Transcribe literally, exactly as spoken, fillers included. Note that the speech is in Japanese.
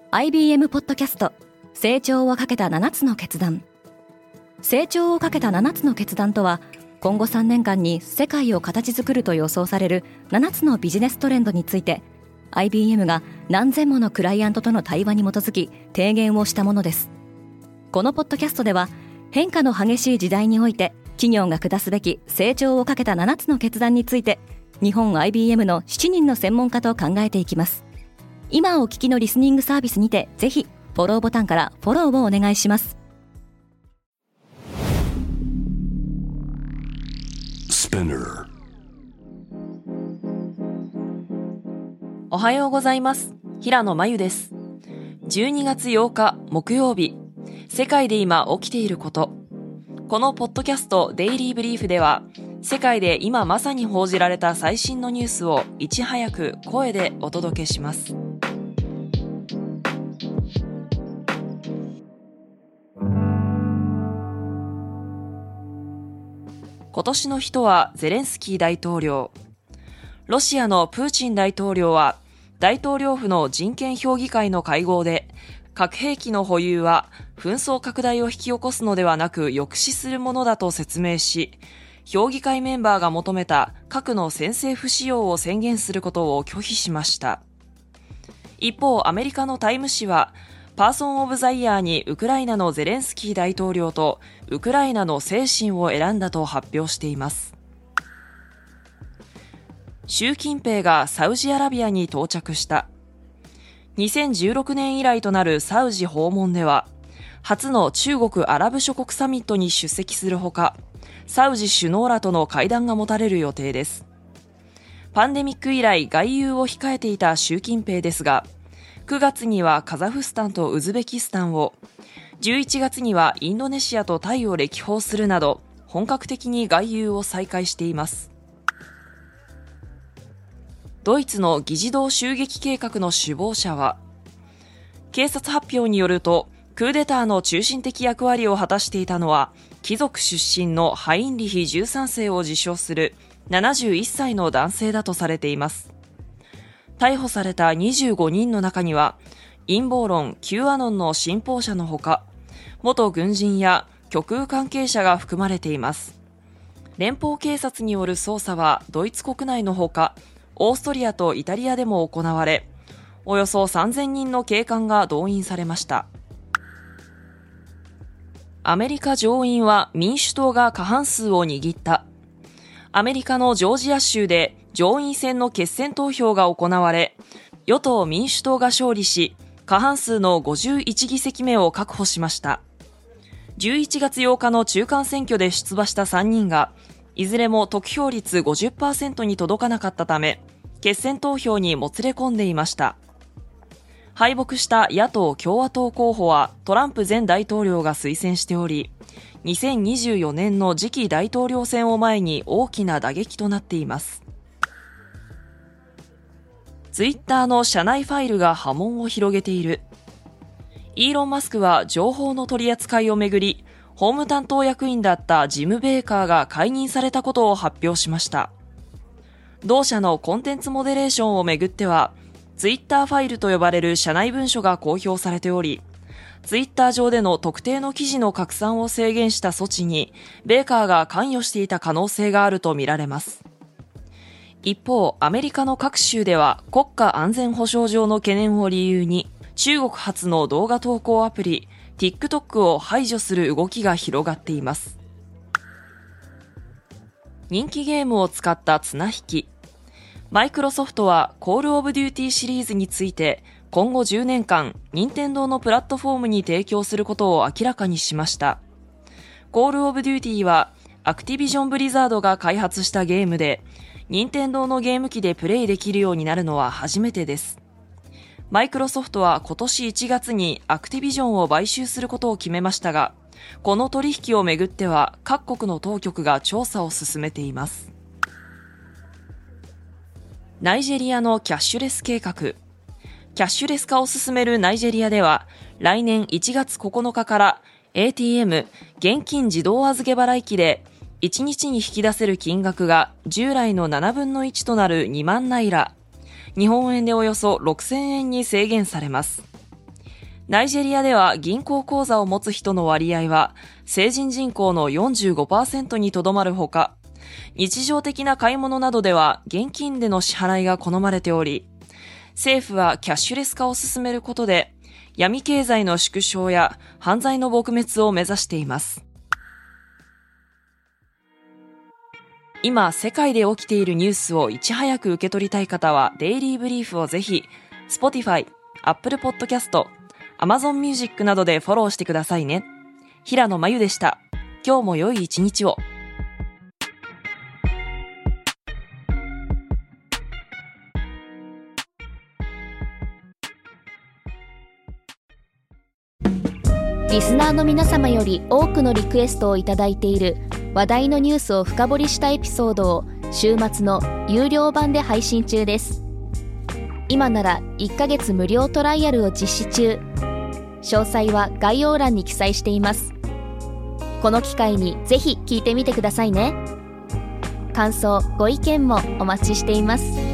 アイビーエム ポッドキャスト成長をかけたななつの決断。成長をかけたななつの決断とは、今後さんねんかんに世界を形作ると予想されるななつのビジネストレンドについて アイビーエム が何千ものクライアントとの対話に基づき提言をしたものです。このポッドキャストでは、変化の激しい時代において企業が下すべき成長をかけたななつの決断について、日本 アイビーエム のしちにんの専門家と考えていきます。今お聞きのリスニングサービスにて、ぜひフォローボタンからフォローをお願いします。 おはようございます。平野真由です。じゅうにがつようか木曜日、世界で今起きていること。このポッドキャストデイリーブリーフでは、世界で今まさに報じられた最新のニュースをいち早く声でお届けします。今年の人はゼレンスキー大統領。ロシアのプーチン大統領は大統領府の人権評議会の会合で、核兵器の保有は紛争拡大を引き起こすのではなく抑止するものだと説明し、評議会メンバーが求めた核の先制不使用を宣言することを拒否しました。一方、アメリカのタイム誌は、パーソン・オブ・ザ・イヤーにウクライナのゼレンスキー大統領とウクライナの精神を選んだと発表しています。習近平がサウジアラビアに到着した。にせんじゅうろくねん以来となるサウジ訪問では、初の中国アラブ諸国サミットに出席するほか、サウジ首脳らとの会談が持たれる予定です。パンデミック以来外遊を控えていた習近平ですが、くがつにはカザフスタンとウズベキスタンを、じゅういちがつにはインドネシアとタイを歴訪するなど、本格的に外遊を再開しています。ドイツの議事堂襲撃計画の首謀者は、警察発表によると、クーデターの中心的役割を果たしていたのは、貴族出身のハインリヒじゅうさんせいを自称するななじゅういっさいの男性だとされています。逮捕されたにじゅうごにんの中には、陰謀論 Q アノンの信奉者のほか、元軍人や極右関係者が含まれています。連邦警察による捜査はドイツ国内のほか、オーストリアとイタリアでも行われ、およそさんぜんにんの警官が動員されました。アメリカ上院は民主党が過半数を握った。アメリカのジョージア州で上院選の決選投票が行われ、与党民主党が勝利し、過半数のごじゅういちぎせきめを確保しました。じゅういちがつようかの中間選挙で出馬したさんにんが、いずれも得票率 ごじゅっパーセント に届かなかったため、決選投票にもつれ込んでいました。敗北した野党共和党候補はトランプ前大統領が推薦しており、にせんにじゅうよねんの次期大統領選を前に大きな打撃となっています。ツイッターの社内ファイルが波紋を広げている。イーロン・マスクは情報の取り扱いをめぐり、法務担当役員だったジム・ベーカーが解任されたことを発表しました。同社のコンテンツモデレーションをめぐっては、ツイッターファイルと呼ばれる社内文書が公表されており、ツイッター上での特定の記事の拡散を制限した措置に、ベーカーが関与していた可能性があるとみられます。一方、アメリカの各州では国家安全保障上の懸念を理由に、中国発の動画投稿アプリ、TikTok を排除する動きが広がっています。人気ゲームを使った綱引き。マイクロソフトはコールオブデューティーシリーズについて、今後じゅうねんかん、任天堂のプラットフォームに提供することを明らかにしました。コールオブデューティーは、アクティビジョンブリザードが開発したゲームで、任天堂のゲーム機でプレイできるようになるのは初めてです。マイクロソフトは今年いちがつにアクティビジョンを買収することを決めましたが、この取引をめぐっては各国の当局が調査を進めています。ナイジェリアのキャッシュレス計画。キャッシュレス化を進めるナイジェリアでは、来年いちがつここのかから エーティーエム 現金自動預け払い機でいちにちに引き出せる金額が従来のななぶんのいちとなるにまんナイラ、日本円でおよそろくせんえんに制限されます。 ナイジェリアでは銀行口座を持つ人の割合は成人人口の よんじゅうごパーセント にとどまるほか、日常的な買い物などでは現金での支払いが好まれており、政府はキャッシュレス化を進めることで闇経済の縮小や犯罪の撲滅を目指しています。今世界で起きているニュースをいち早く受け取りたい方はデイリーブリーフをぜひ Spotify、Apple Podcast、Amazon Music などでフォローしてくださいね。平野真由でした。今日も良い一日を。 リスナーの皆様より多くのリクエストをいただいている話題のニュースを深掘りしたエピソードを週末の有料版で配信中です。今ならいっかげつ無料トライアルを実施中。詳細は概要欄に記載しています。この機会にぜひ聞いてみてくださいね。感想、ご意見もお待ちしています。